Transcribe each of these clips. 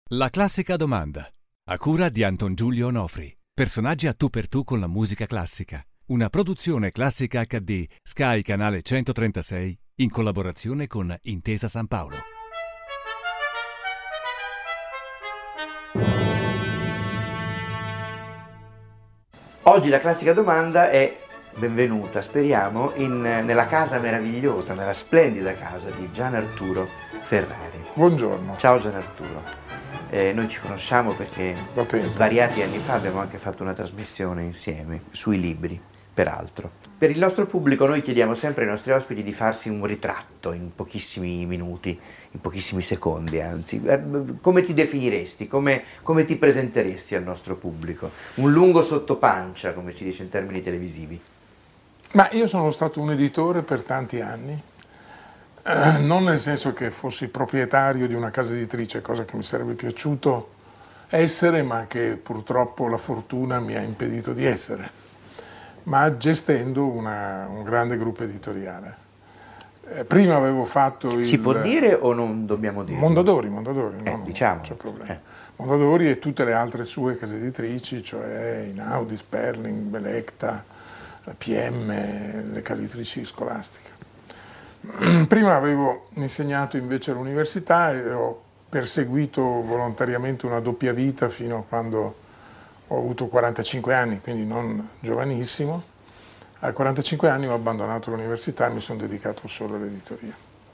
La classica domanda, a cura di Anton Giulio Onofri. Personaggi a tu per tu con la musica classica. Una produzione Classica HD, Sky Canale 136, in collaborazione con Intesa San Paolo. Oggi la classica domanda è benvenuta, speriamo, nella casa meravigliosa, nella splendida casa di Gian Arturo Ferrari. Buongiorno. Ciao Gian Arturo. Noi ci conosciamo perché svariati anni fa abbiamo anche fatto una trasmissione insieme sui libri, peraltro. Per il nostro pubblico noi chiediamo sempre ai nostri ospiti di farsi un ritratto in pochissimi minuti, in pochissimi secondi anzi. Come ti definiresti? Come ti presenteresti al nostro pubblico? Un lungo sottopancia, come si dice in termini televisivi. Ma io sono stato un editore per tanti anni, non nel senso che fossi proprietario di una casa editrice, cosa che mi sarebbe piaciuto essere, ma che purtroppo la fortuna mi ha impedito di essere, ma gestendo un grande gruppo editoriale. Prima avevo fatto Si può dire o non dobbiamo dire? Mondadori, diciamo. non c'è problema. Mondadori e tutte le altre sue case editrici, cioè Inaudi, Sperling, Belecta, PM, le case editrici scolastiche. Prima avevo insegnato invece all'università e ho perseguito volontariamente una doppia vita fino a quando ho avuto 45 anni, quindi non giovanissimo. A 45 anni ho abbandonato l'università e mi sono dedicato solo all'editoria.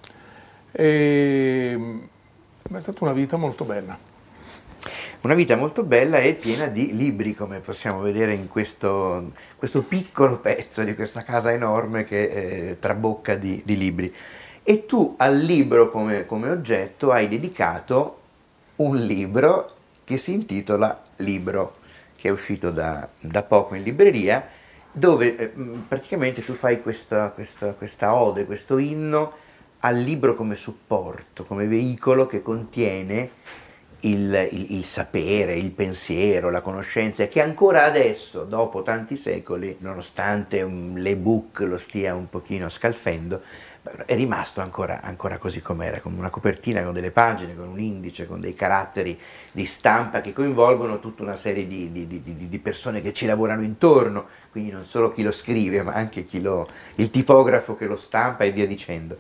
È stata una vita molto bella. Una vita molto bella e piena di libri, come possiamo vedere in questo piccolo pezzo di questa casa enorme che trabocca di libri. E tu al libro come oggetto hai dedicato un libro che si intitola Libro, che è uscito da poco in libreria, dove praticamente tu fai questa ode, questo inno al libro come supporto, come veicolo che contiene il sapere, il pensiero, la conoscenza, che ancora adesso, dopo tanti secoli, nonostante l'ebook lo stia un pochino scalfendo, è rimasto ancora così com'era, come una copertina con delle pagine, con un indice, con dei caratteri di stampa che coinvolgono tutta una serie di persone che ci lavorano intorno, quindi non solo chi lo scrive, ma anche il tipografo che lo stampa e via dicendo.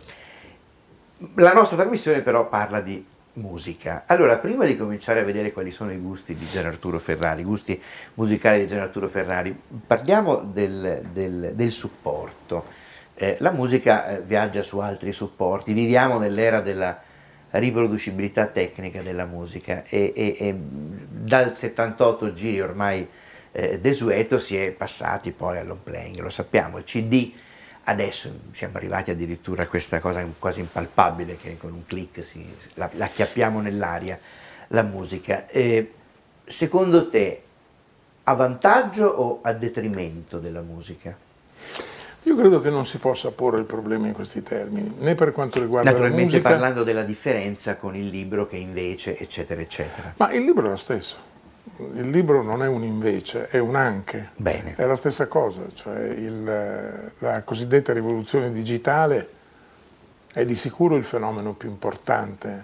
La nostra trasmissione però parla di musica. Allora, prima di cominciare a vedere quali sono i gusti di Gian Arturo Ferrari, i gusti musicali di Gian Arturo Ferrari, parliamo del supporto. La musica viaggia su altri supporti, viviamo nell'era della riproducibilità tecnica della musica e dal 78 giri ormai desueto si è passati poi all'on playing, lo sappiamo, il CD. Adesso siamo arrivati addirittura a questa cosa quasi impalpabile che con un click la acchiappiamo nell'aria, la musica. Secondo te a vantaggio o a detrimento della musica? Io credo che non si possa porre il problema in questi termini, né per quanto riguarda la musica. Naturalmente parlando della differenza con il libro che invece, eccetera, eccetera. Ma il libro è lo stesso. Il libro non è un invece, è un anche. Bene. È la stessa cosa, cioè la cosiddetta rivoluzione digitale è di sicuro il fenomeno più importante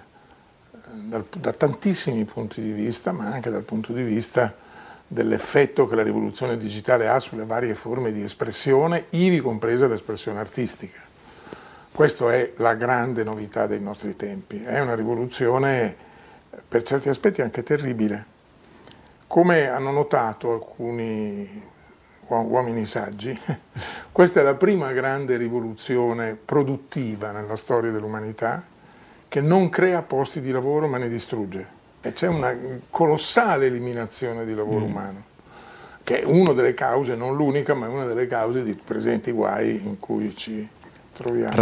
da tantissimi punti di vista, ma anche dal punto di vista dell'effetto che la rivoluzione digitale ha sulle varie forme di espressione, ivi compresa l'espressione artistica. Questa è la grande novità dei nostri tempi. È una rivoluzione per certi aspetti anche terribile. Come hanno notato alcuni uomini saggi, questa è la prima grande rivoluzione produttiva nella storia dell'umanità che non crea posti di lavoro ma ne distrugge. E c'è una colossale eliminazione di lavoro umano, che è una delle cause, non l'unica, ma è una delle cause di presenti guai in cui ci troviamo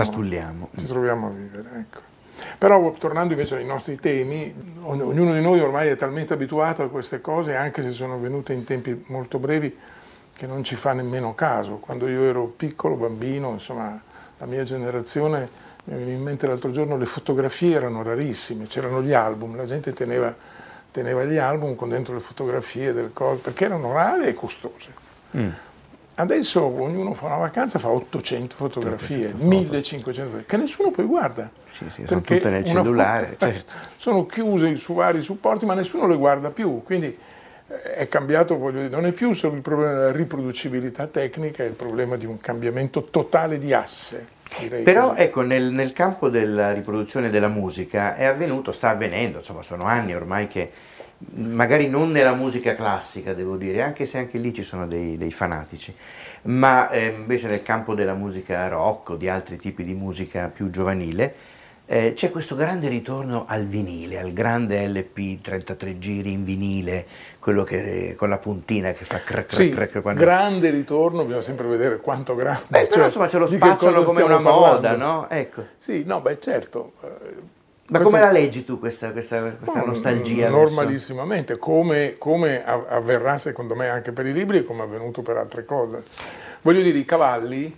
a vivere. Ecco. Però tornando invece ai nostri temi, ognuno di noi ormai è talmente abituato a queste cose, anche se sono venute in tempi molto brevi, che non ci fa nemmeno caso. Quando io ero piccolo, bambino, insomma, la mia generazione, mi viene in mente l'altro giorno, le fotografie erano rarissime, c'erano gli album, la gente teneva gli album con dentro le fotografie delle cose, perché erano rare e costose. Adesso ognuno fa una vacanza, fa 800 fotografie, 1500 fotografie, che nessuno poi guarda. Sì, sono tutte nel cellulare, certo. Sono chiuse su vari supporti, ma nessuno le guarda più, quindi è cambiato, voglio dire, non è più solo il problema della riproducibilità tecnica, è il problema di un cambiamento totale di asse. Però ecco, nel campo della riproduzione della musica è avvenuto, sta avvenendo, insomma sono anni ormai che, magari non nella musica classica devo dire, anche se anche lì ci sono dei fanatici, ma invece nel campo della musica rock o di altri tipi di musica più giovanile, c'è questo grande ritorno al vinile, al grande LP 33 giri in vinile, quello che con la puntina che fa crac crac crac. Quando... grande ritorno, bisogna sempre vedere quanto grande. Beh, però insomma ce lo spacciano come una moda, no? Ecco. Sì, no, beh certo. Ma come la leggi tu questa nostalgia? Normalissimamente, come avverrà secondo me anche per i libri e come è avvenuto per altre cose. Voglio dire, i cavalli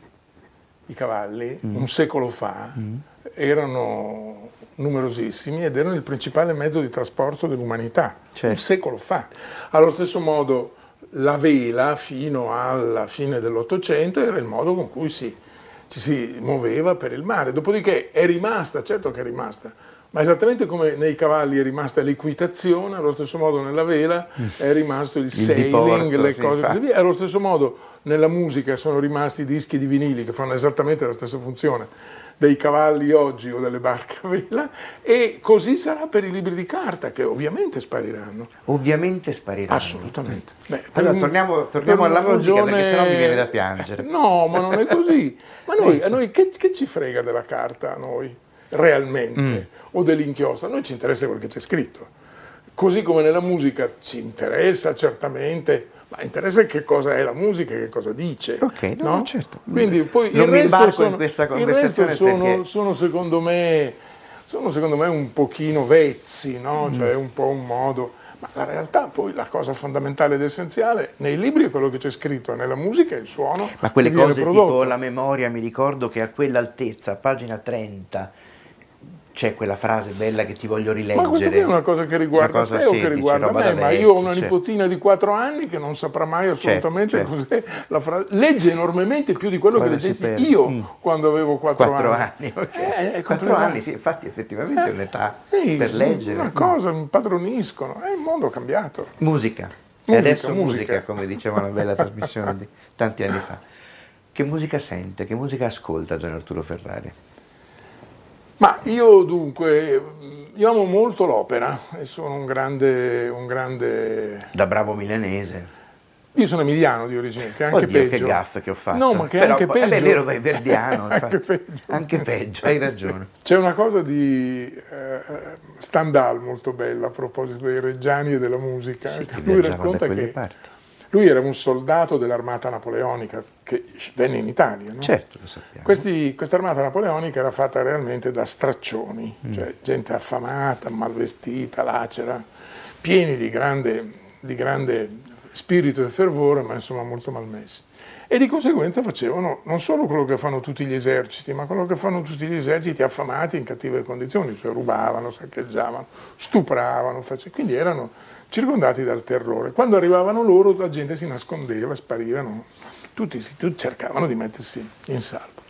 un secolo fa erano numerosissimi ed erano il principale mezzo di trasporto dell'umanità, certo. Un secolo fa. Allo stesso modo la vela fino alla fine dell'Ottocento era il modo con cui ci si muoveva per il mare, dopodiché è rimasta, certo che è rimasta, ma esattamente come nei cavalli è rimasta l'equitazione, allo stesso modo nella vela è rimasto il sailing, diporto, le cose così via, allo stesso modo nella musica sono rimasti i dischi di vinili che fanno esattamente la stessa funzione dei cavalli oggi o delle barche a vela, e così sarà per i libri di carta che ovviamente spariranno. Ovviamente spariranno. Assolutamente. Beh, allora torniamo alla musica perché sennò mi viene da piangere. No, ma non è così. Ma a noi che ci frega della carta a noi realmente o dell'inchiostro? A noi ci interessa quel che c'è scritto. Così come nella musica ci interessa certamente, ma interessa che cosa è la musica, che cosa dice. Ok, no? Certo. Quindi poi non il resto sono secondo me un pochino vezzi, no? Cioè un po' un modo, ma la realtà poi la cosa fondamentale ed essenziale nei libri è quello che c'è scritto, nella musica è il suono. Ma quelle cose tipo la memoria, mi ricordo che a quell'altezza, pagina 30, c'è quella frase bella che ti voglio rileggere. Ma questa è una cosa che riguarda te o che riguarda me, ma io ho una nipotina di 4 anni che non saprà mai assolutamente cos'è la frase. Legge enormemente più di quello che leggessi io quando avevo 4 anni. 4 anni, sì, infatti effettivamente è un'età per leggere. Una cosa, mi impadroniscono, il mondo è cambiato. Musica. E adesso musica, come diceva una bella trasmissione di tanti anni fa. Che musica sente, che musica ascolta Gian Arturo Ferrari? Ma io dunque, io amo molto l'opera e sono un grande... Da bravo milanese. Io sono emiliano di origine, che è anche peggio. Che gaffe che ho fatto. No, ma che è anche peggio. È vero, verdiano. Anche peggio, hai ragione. C'è una cosa di Stendhal molto bella a proposito dei reggiani e della musica. Sì, lui racconta che parti. Lui era un soldato dell'armata napoleonica che venne in Italia, no? Certo, lo sappiamo. Questa armata napoleonica era fatta realmente da straccioni, cioè gente affamata, malvestita, lacera, pieni di grande spirito e fervore, ma insomma molto malmessi. E di conseguenza facevano non solo quello che fanno tutti gli eserciti, ma quello che fanno tutti gli eserciti affamati in cattive condizioni, cioè rubavano, saccheggiavano, stupravano, quindi erano circondati dal terrore. Quando arrivavano loro la gente si nascondeva, sparivano, tutti cercavano di mettersi in salvo.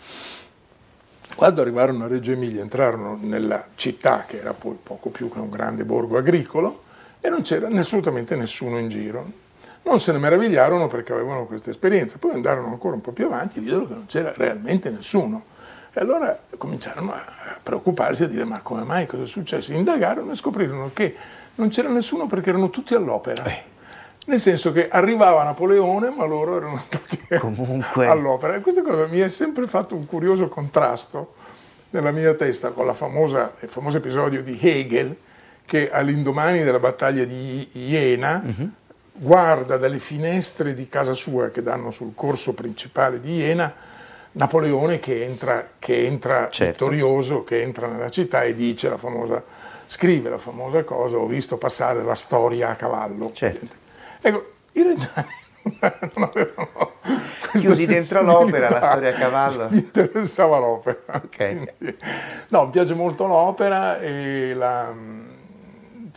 Quando arrivarono a Reggio Emilia, entrarono nella città, che era poi poco più che un grande borgo agricolo, e non c'era assolutamente nessuno in giro. Non se ne meravigliarono perché avevano questa esperienza, poi andarono ancora un po' più avanti e videro che non c'era realmente nessuno. E allora cominciarono a preoccuparsi, a dire ma come mai, cosa è successo? Indagarono e scoprirono che non c'era nessuno perché erano tutti all'opera. Nel senso che arrivava Napoleone, ma loro erano tutti all'opera. E questa cosa mi ha sempre fatto un curioso contrasto nella mia testa con il famoso episodio di Hegel, che all'indomani della battaglia di Iena guarda dalle finestre di casa sua che danno sul corso principale di Iena Napoleone che entra vittorioso, che entra nella città e dice scrive la famosa cosa: ho visto passare la storia a cavallo. Certo. Ecco, i reggiani non avevano chiusi dentro l'opera, la storia a cavallo. Gli interessava l'opera. Okay. No, mi piace molto l'opera e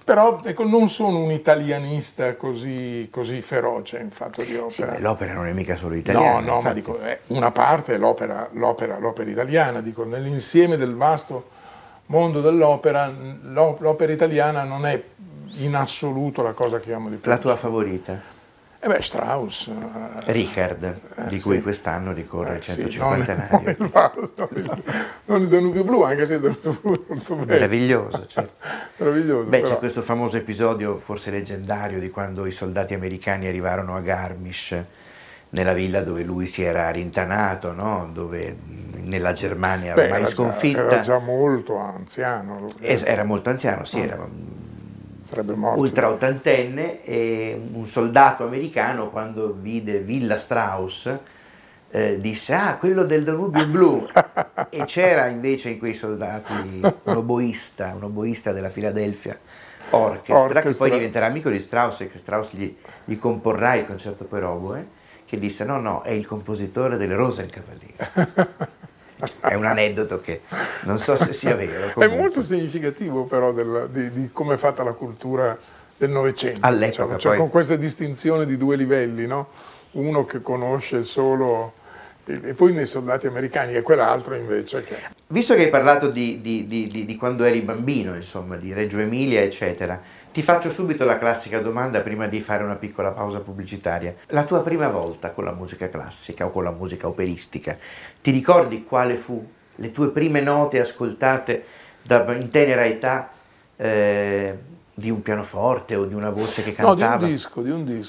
Però ecco, non sono un italianista così feroce in fatto di opera. Sì, beh, l'opera non è mica solo italiana. No, ma dico, una parte è l'opera italiana, dico, nell'insieme del vasto mondo dell'opera, l'opera italiana non è in assoluto la cosa che amo di più. La tua favorita? Strauss. Richard, di cui quest'anno ricorre il Sì, 150°. non il Danubio Blu, anche se il Danubio Blu è molto bello. Meraviglioso, certo. Meraviglioso. Beh, però. c'è questo famoso episodio, forse leggendario, di quando i soldati americani arrivarono a Garmisch, nella villa dove lui si era rintanato, no? Dove nella Germania ormai sconfitta. Era già molto anziano. Era molto anziano, sì, era sarebbe morto. Ultra ottantenne, e un soldato americano, quando vide Villa Strauss, disse: ah, quello del Danubio Blu. E c'era invece in quei soldati un oboista della Philadelphia Orchestra, che poi diventerà amico di Strauss e che Strauss gli comporrà il concerto per oboe, che disse: no, è il compositore delle Rosenkavalier. È un aneddoto che non so se sia vero. Comunque. È molto significativo però di come è fatta la cultura del Novecento. All'epoca, cioè, con questa distinzione di due livelli, no? Uno che conosce solo, e poi nei soldati americani, e quell'altro invece che... Visto che hai parlato di quando eri bambino, insomma, di Reggio Emilia, eccetera, ti faccio subito la classica domanda prima di fare una piccola pausa pubblicitaria. La tua prima volta con la musica classica o con la musica operistica, ti ricordi quale fu le tue prime note ascoltate in tenera età di un pianoforte o di una voce che cantava? No, di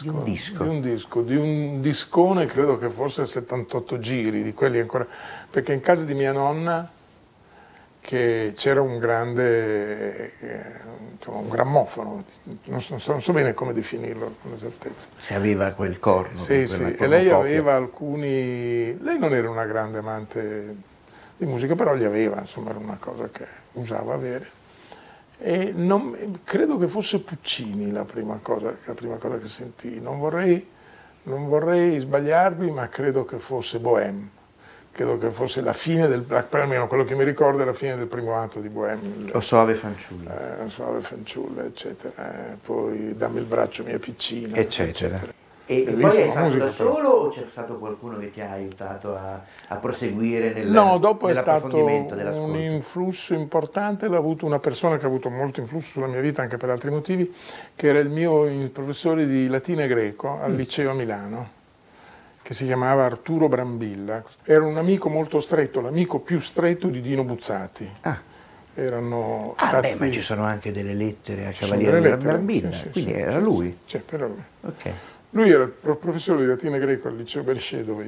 un discone, credo che fosse 78 giri, di quelli ancora, perché in casa di mia nonna che c'era un grande, un grammofono, non so bene come definirlo con esattezza. Se aveva quel corno. Sì, e lei aveva lei non era una grande amante di musica, però li aveva, insomma era una cosa che usava avere. E credo che fosse Puccini la prima cosa che sentii. Non vorrei sbagliarmi, ma credo che fosse Bohème. Credo che fosse la fine almeno quello che mi ricordo è la fine del primo atto di Bohème. O Soave fanciulla. Soave fanciulla, eccetera. Poi Dammi il braccio mia piccina, eccetera. E poi hai fatto da solo o c'è stato qualcuno che ti ha aiutato a proseguire nell'approfondimento della scuola? Un influsso importante l'ha avuto una persona che ha avuto molto influsso sulla mia vita anche per altri motivi, che era il professore di latino e greco al liceo a Milano, che si chiamava Arturo Brambilla. Era un amico molto stretto, l'amico più stretto di Dino Buzzati. Ma ci sono anche delle lettere a Cavaliere della Brambilla, quindi era lui. Sì, era lui. Ok. Lui era il professore di latino e greco al liceo Berchet, dove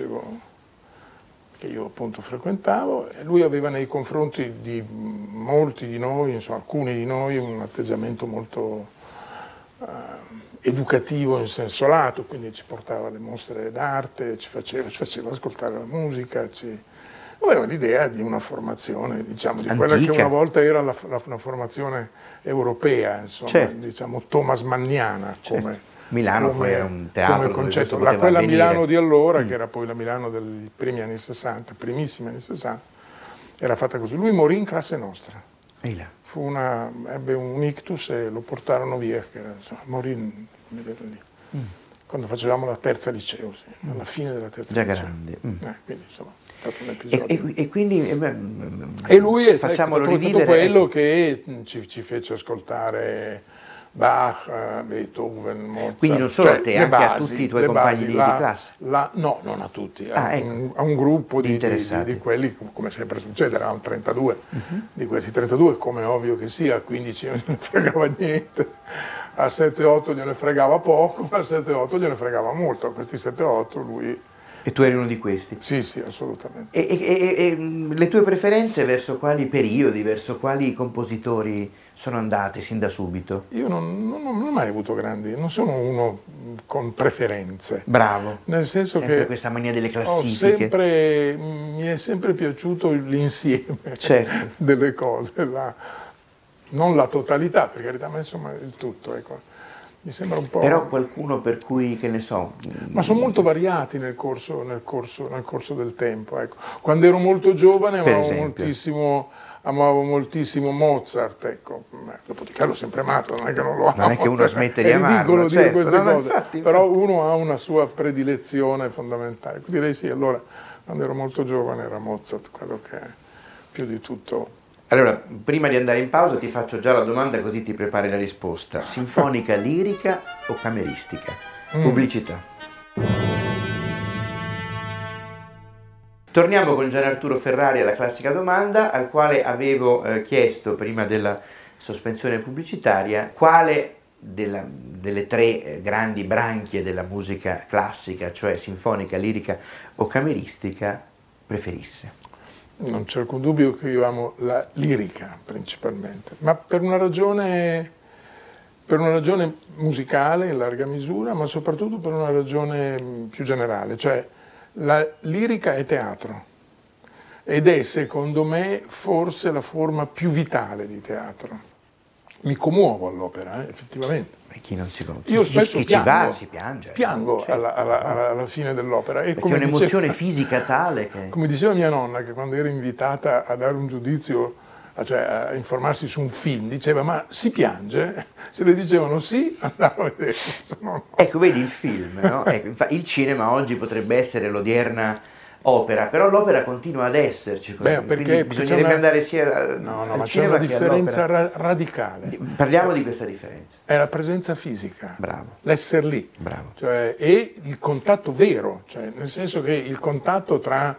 che io appunto frequentavo, e lui aveva nei confronti di molti di noi, insomma alcuni di noi, un atteggiamento molto educativo in senso lato, quindi ci portava alle mostre d'arte, ci faceva ascoltare la musica, aveva l'idea di una formazione, diciamo, di quella che una volta era una formazione europea, insomma, certo. diciamo thomasmanniana, come Milano poi era un teatro come concetto. dove Quella avvenire. Milano di allora, che era poi la Milano dei primi anni 60, primissimi anni 60, era fatta così. Lui morì in classe nostra. Ebbe un ictus e lo portarono via, morì lì. Quando facevamo la terza liceo, alla fine della terza liceo. Già grande. Quindi insomma è stato un episodio. E quindi e lui è stato quello che ci fece ascoltare Bach, Beethoven, Mozart. Quindi non solo a te, anche a tutti i tuoi compagni di classe? No, non a tutti, a un gruppo di quelli, come sempre succede, erano 32. Di questi 32, come ovvio che sia, a 15 non gliene fregava niente, a 7-8 gliene fregava poco, a 7-8 gliene fregava molto, a questi 7-8 lui... E tu eri uno di questi? Sì, assolutamente. E le tue preferenze verso quali periodi, verso quali compositori sono andate sin da subito? Io non ho mai avuto non sono uno con preferenze. Bravo. Nel senso sempre che questa mania delle classifiche. Mi è sempre piaciuto l'insieme certo. delle cose, non la totalità, per carità, ma insomma il tutto, ecco. Mi sembra un po'... Però qualcuno per cui, che ne so... Ma sono molto variati nel corso del tempo, ecco. Quando ero molto giovane amavo moltissimo amavo moltissimo Mozart, ecco, dopodiché l'ho sempre amato, non è che non lo amo. Non è che uno smette di è amarlo, ridicolo dire certo. queste cose, Infatti. Però uno ha una sua predilezione fondamentale. Direi sì, allora, quando ero molto giovane era Mozart quello che più di tutto. Allora, prima di andare in pausa ti faccio già la domanda così ti prepari la risposta. Sinfonica lirica o cameristica? Pubblicità. Torniamo con Gian Arturo Ferrari alla classica domanda, al quale avevo chiesto prima della sospensione pubblicitaria quale delle tre grandi branchie della musica classica, cioè sinfonica, lirica o cameristica, preferisse. Non c'è alcun dubbio che io amo la lirica principalmente, ma per una ragione musicale in larga misura, ma soprattutto per una ragione più generale, cioè la lirica è teatro ed è, secondo me, forse la forma più vitale di teatro. Mi commuovo all'opera, effettivamente. E chi non si commuove? Io spesso chi piango, ci va si piange. piango Certo. alla fine dell'opera. E Perché come è un'emozione diceva, fisica tale che... come diceva mia nonna, che quando era invitata a dare un giudizio, cioè a informarsi su un film, diceva: ma si piange? Se le dicevano sì, andavo a vedere. No. Ecco, vedi il film, no? Ecco, il cinema oggi potrebbe essere l'odierna opera, però l'opera continua ad esserci. Perché bisognerebbe andare sia al cinema c'è una che differenza all'opera. radicale. Parliamo di questa differenza. È la presenza fisica, Bravo. l'essere lì, Bravo. cioè, e il contatto vero, cioè, nel senso che il contatto tra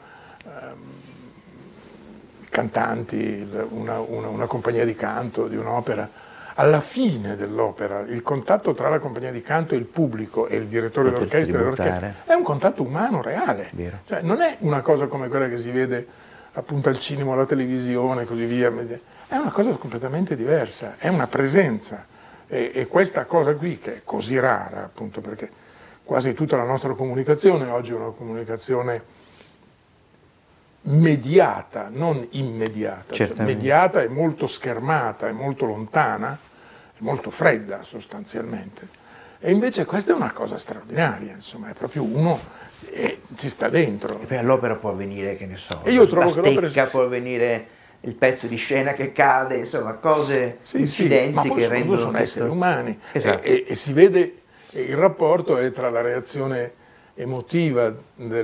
cantanti, una compagnia di canto di un'opera, alla fine dell'opera, il contatto tra la compagnia di canto e il pubblico e il direttore d'orchestra è un contatto umano reale. Vero. Cioè, non è una cosa come quella che si vede appunto al cinema o alla televisione e così via, è una cosa completamente diversa, è una presenza. E questa cosa qui, che è così rara, appunto perché quasi tutta la nostra comunicazione oggi è una comunicazione mediata, non immediata. Certamente. Mediata è molto schermata, è molto lontana, è molto fredda sostanzialmente. E invece questa è una cosa straordinaria, insomma, è proprio uno ci sta dentro. E poi all'opera può avvenire, che ne so, e io trovo che l'opera può avvenire il pezzo di scena che cade, insomma, cose, incidenti ma poi che rendono sono esseri umani. Esatto. E si vede, il rapporto è tra la reazione emotiva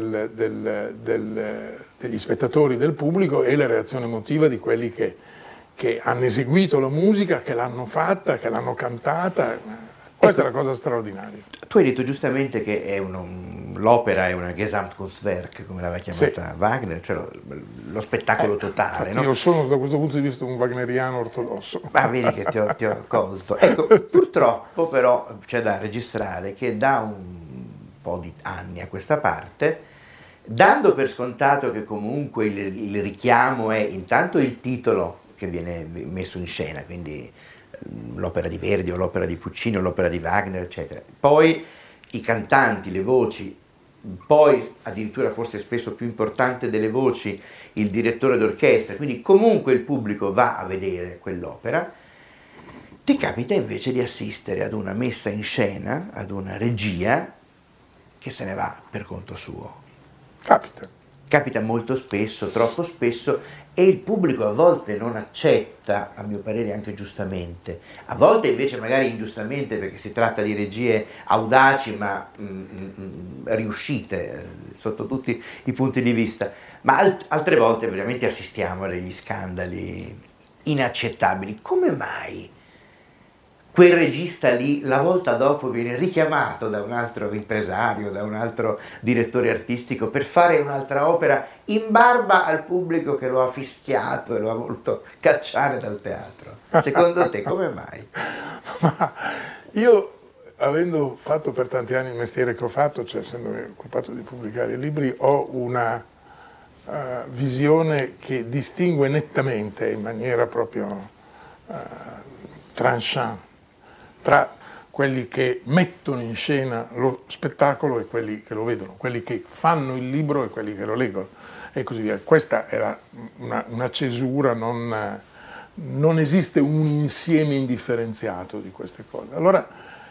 degli spettatori, del pubblico, e la reazione emotiva di quelli che hanno eseguito la musica, che l'hanno fatta, che l'hanno cantata. Questa è la cosa straordinaria. Tu hai detto giustamente che l'opera è una Gesamtkunstwerk, come l'aveva chiamata Wagner, cioè lo spettacolo totale. No? Io sono da questo punto di vista un wagneriano ortodosso. Ma vedi che ti ho colto. Ecco, purtroppo però c'è da registrare che da un po' di anni a questa parte, dando per scontato che comunque il richiamo è intanto il titolo che viene messo in scena, quindi l'opera di Verdi o l'opera di Puccini o l'opera di Wagner, eccetera. Poi i cantanti, le voci, poi addirittura forse spesso più importante delle voci il direttore d'orchestra, quindi comunque il pubblico va a vedere quell'opera. Ti capita invece di assistere ad una messa in scena, ad una regia che se ne va per conto suo. Capita molto spesso, troppo spesso, e il pubblico a volte non accetta, a mio parere anche giustamente, a volte invece magari ingiustamente, perché si tratta di regie audaci ma riuscite sotto tutti i punti di vista, ma altre volte veramente assistiamo a degli scandali inaccettabili. Come mai quel regista lì la volta dopo viene richiamato da un altro impresario, da un altro direttore artistico per fare un'altra opera in barba al pubblico che lo ha fischiato e lo ha voluto cacciare dal teatro? Secondo te come mai? Ma io, avendo fatto per tanti anni il mestiere che ho fatto, cioè essendomi occupato di pubblicare libri, ho una visione che distingue nettamente, in maniera proprio tranchant, tra quelli che mettono in scena lo spettacolo e quelli che lo vedono, quelli che fanno il libro e quelli che lo leggono e così via. Questa è una cesura, non esiste un insieme indifferenziato di queste cose. Allora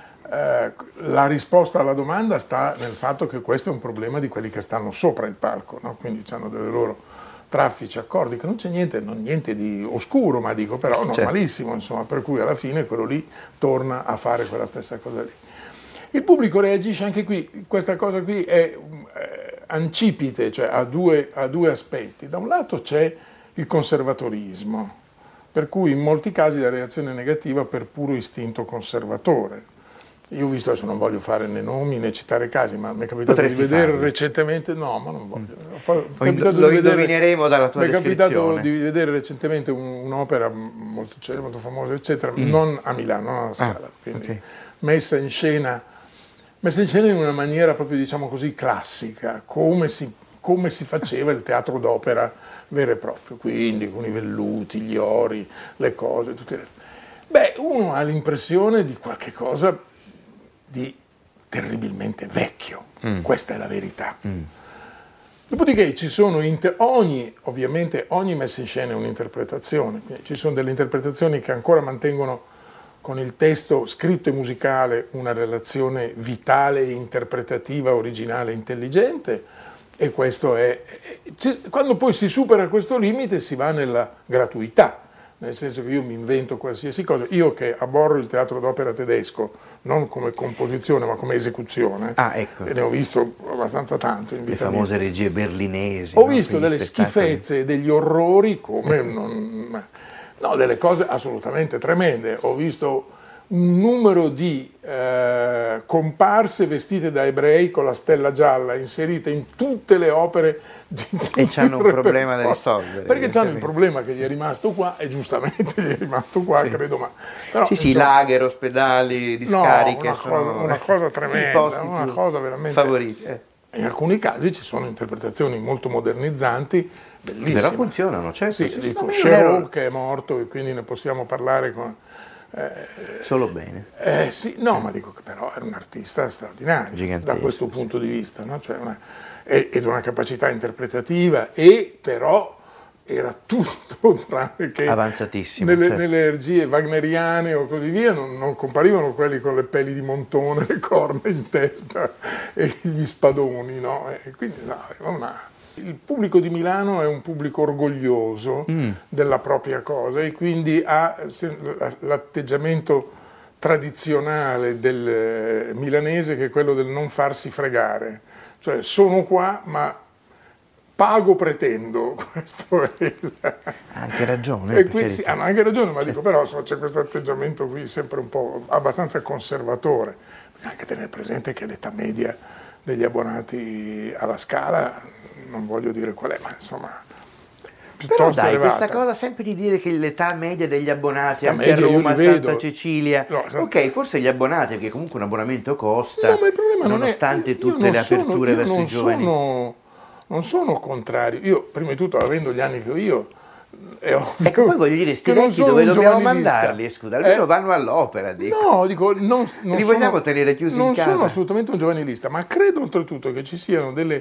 la risposta alla domanda sta nel fatto che questo è un problema di quelli che stanno sopra il palco, no? Quindi hanno delle loro traffici, accordi, che non c'è niente di oscuro, ma dico però normalissimo, insomma, per cui alla fine quello lì torna a fare quella stessa cosa lì. Il pubblico reagisce anche qui, questa cosa qui è ancipite, cioè ha due aspetti. Da un lato c'è il conservatorismo, per cui in molti casi la reazione è negativa per puro istinto conservatore. Io ho visto, adesso non voglio fare né nomi né citare casi, ma mi è capitato di vedere recentemente, no, ma non voglio. Lo indovineremo dalla tua descrizione. Mi è capitato di vedere recentemente un'opera molto famosa, eccetera, non a Milano, non alla Scala, quindi messa in scena in una maniera proprio, diciamo così, classica, come si faceva il teatro d'opera vero e proprio, quindi con i velluti, gli ori, le cose, tutte. Beh, uno ha l'impressione di qualche cosa di terribilmente vecchio, questa è la verità. Dopodiché ci sono ovviamente ogni messa in scena è un'interpretazione, ci sono delle interpretazioni che ancora mantengono con il testo scritto e musicale una relazione vitale, interpretativa, originale, intelligente, e questo quando poi si supera questo limite si va nella gratuità, nel senso che io mi invento qualsiasi cosa, io che aborro il teatro d'opera tedesco, non come composizione ma come esecuzione, ecco. E ne ho visto abbastanza tanto in vita le famose mia. Regie berlinesi. Ho visto delle schifezze e degli orrori delle cose assolutamente tremende. Ho visto un numero di comparse vestite da ebrei con la stella gialla inserite in tutte le opere di tutti, e c'hanno un problema da risolvere, perché c'hanno il problema che gli è rimasto qua, e giustamente gli è rimasto qua, credo, ma però, sì, lager, ospedali, discariche, una cosa tremenda, i posti una cosa veramente favoriti. In alcuni casi ci sono interpretazioni molto modernizzanti, bellissime. Però funzionano, certo. Sì, dico, Cherub che è morto e quindi ne possiamo parlare con... solo bene. Sì, no, ma dico che però era un artista straordinario da questo punto di vista, no? Cioè ed una capacità interpretativa, e però era tutto tranne che avanzatissimo, nelle energie wagneriane o così via, non comparivano quelli con le pelli di montone, le corna in testa e gli spadoni, no? E quindi il pubblico di Milano è un pubblico orgoglioso della propria cosa, e quindi ha l'atteggiamento tradizionale del milanese, che è quello del non farsi fregare, cioè sono qua ma pago, pretendo, questo è ha anche ragione. E qui hanno anche ragione, ma dico, però c'è questo atteggiamento qui sempre un po' abbastanza conservatore. Bisogna anche tenere presente che l'età media degli abbonati alla Scala, non voglio dire qual è, ma insomma, piuttosto però dai, elevata. Questa cosa sempre di dire che l'età media degli abbonati, la anche a Roma, Santa vedo. Cecilia, ok, forse gli abbonati, perché comunque un abbonamento costa, no, ma il problema nonostante tutte le aperture verso i giovani. Non sono contrario, io prima di tutto, avendo gli anni che ho io, è ovvio, ecco, poi voglio dire, sti vecchi dove dobbiamo mandarli? Scusa, almeno vanno all'opera, dico. No, dico, non li vogliamo tenere chiusi in casa? Non sono assolutamente un giovanilista, ma credo oltretutto che ci siano delle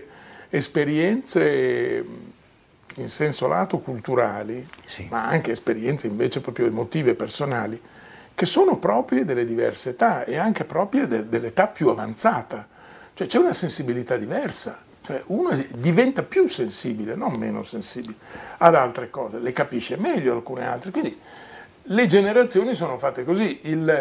esperienze in senso lato culturali, ma anche esperienze invece proprio emotive, personali, che sono proprie delle diverse età e anche proprie dell'età più avanzata. Cioè c'è una sensibilità diversa. Cioè uno diventa più sensibile, non meno sensibile, ad altre cose, le capisce meglio alcune altre. Quindi le generazioni sono fatte così.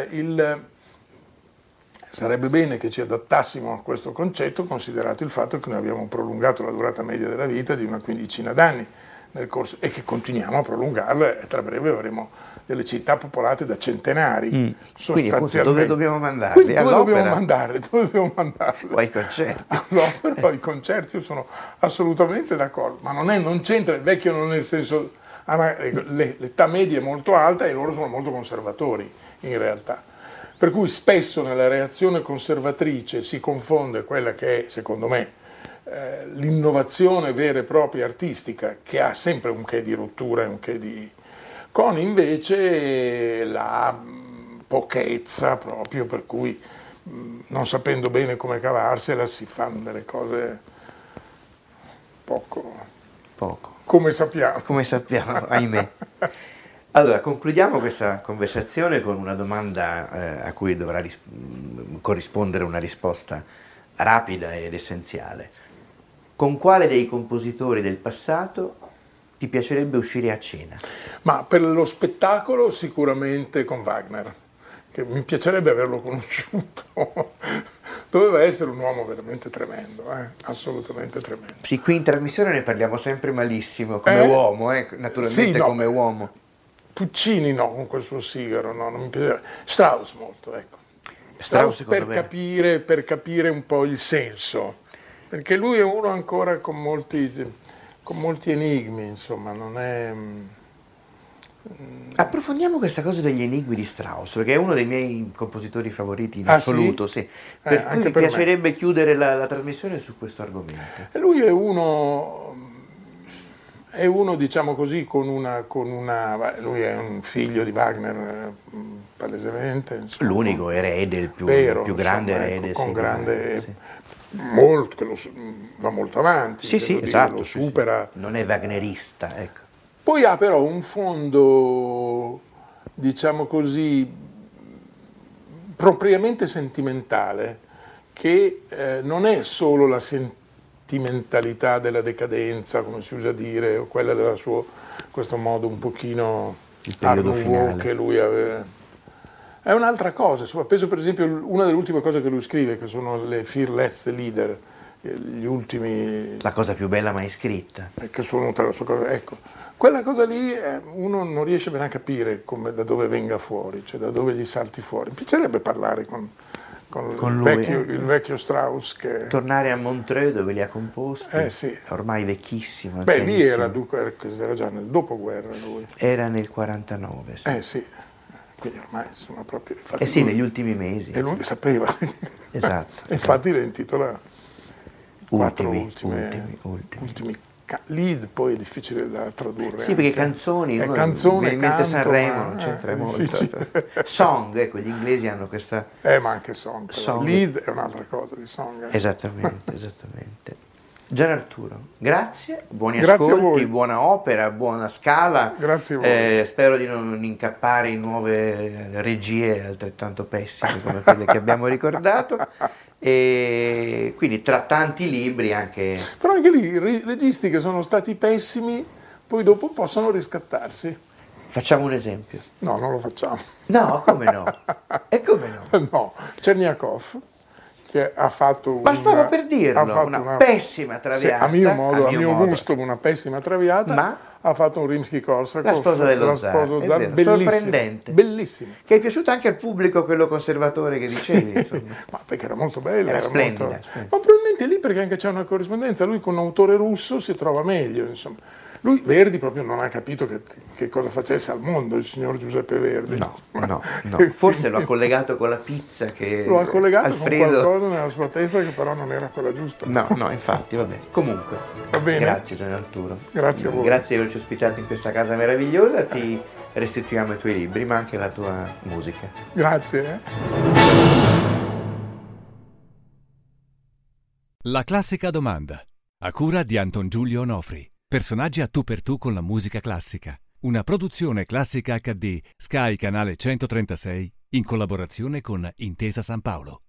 Sarebbe bene che ci adattassimo a questo concetto, considerato il fatto che noi abbiamo prolungato la durata media della vita di una quindicina d'anni nel corso, e che continuiamo a prolungarla, e tra breve avremo delle città popolate da centenari. Quindi appunto, dove dobbiamo mandarli? Quindi, dove dobbiamo mandarli? O ai concerti. All'opera o ai concerti, io sono assolutamente d'accordo, ma non c'entra, il vecchio non nel senso, l'età media è molto alta e loro sono molto conservatori in realtà. Per cui spesso nella reazione conservatrice si confonde quella che è, secondo me, l'innovazione vera e propria artistica, che ha sempre un che di rottura e un che di... con invece la pochezza proprio, per cui non sapendo bene come cavarsela si fanno delle cose poco. Come sappiamo. Come sappiamo, ahimè. Allora, concludiamo questa conversazione con una domanda a cui dovrà corrispondere una risposta rapida ed essenziale. Con quale dei compositori del passato ti piacerebbe uscire a cena? Ma per lo spettacolo sicuramente con Wagner, che mi piacerebbe averlo conosciuto. Doveva essere un uomo veramente tremendo, assolutamente tremendo. Sì, qui in trasmissione ne parliamo sempre malissimo, come uomo, naturalmente sì, no, come uomo. Puccini no, con quel suo sigaro, no, non mi piaceva. Strauss molto, ecco. Strauss per capire un po' il senso, perché lui è uno ancora con molti enigmi, insomma, non è... Approfondiamo questa cosa degli enigmi di Strauss, perché è uno dei miei compositori favoriti in assoluto, sì? Per cui mi piacerebbe chiudere la trasmissione su questo argomento. Lui è uno, diciamo così, lui è un figlio di Wagner, palesemente. Insomma, l'unico erede, il più grande erede. Con sì, grande... Sì. Molto, che va molto avanti. Sì, esatto. Lo supera. Sì. Non è wagnerista, ecco. Poi ha però un fondo, diciamo così, propriamente sentimentale, che non è solo la sentimentalità della decadenza, come si usa dire, o quella della questo modo un pochino Art Nouveau che lui aveva. È un'altra cosa. Penso per esempio una delle ultime cose che lui scrive, che sono le Vier letzte Lieder, gli ultimi... La cosa più bella mai scritta. Che sono tra le sue cose, ecco. Quella cosa lì uno non riesce bene a capire da dove venga fuori, cioè da dove gli salti fuori. Mi piacerebbe parlare con lui, il vecchio Strauss. Tornare a Montreux dove li ha composti, sì. Ormai vecchissimo. Beh, lì era già nel dopoguerra lui. Era nel 49, sì. Sì. Quindi ormai insomma proprio... Sì, negli ultimi mesi. E lui sapeva. Esatto. Infatti le intitola ultimi lead, poi è difficile da tradurre. Sì, perché canzoni, canzone, in mente Sanremo non c'entra molto. Song, ecco, gli inglesi hanno questa... ma anche song. Lead è un'altra cosa di song. Esattamente. Gian Arturo, grazie, buoni ascolti, buona opera, buona Scala. Grazie a voi. Spero di non incappare in nuove regie altrettanto pessime come quelle che abbiamo ricordato. E quindi tra tanti libri anche... Però anche lì registi che sono stati pessimi poi dopo possono riscattarsi. Facciamo un esempio. No, non lo facciamo. No, come no? E come no? No, Černiakov, che ha fatto ma stavo per dirlo, una pessima Traviata. A mio gusto una pessima Traviata, ma ha fatto un Rimsky-Korsakov, La sposa dello zar, bellissimo, sorprendente, bellissimo. Che è piaciuto anche al pubblico, quello conservatore che dicevi, insomma. Ma perché era molto bella, era splendida, molto... Ma probabilmente lì perché anche c'è una corrispondenza, lui con un autore russo si trova meglio, insomma. Lui, Verdi, proprio non ha capito che cosa facesse al mondo il signor Giuseppe Verdi. No. Forse lo ha collegato con la pizza che lo ha collegato Alfredo... con qualcosa nella sua testa che però non era quella giusta. No, infatti, vabbè. Comunque, va bene. Grazie Gian Arturo. Grazie a voi. Grazie di averci ospitato in questa casa meravigliosa. Ti restituiamo i tuoi libri, ma anche la tua musica. Grazie. La classica domanda, a cura di Anton Giulio Onofri. Personaggi a tu per tu con la musica classica. Una produzione Classica HD, Sky Canale 136, in collaborazione con Intesa San Paolo.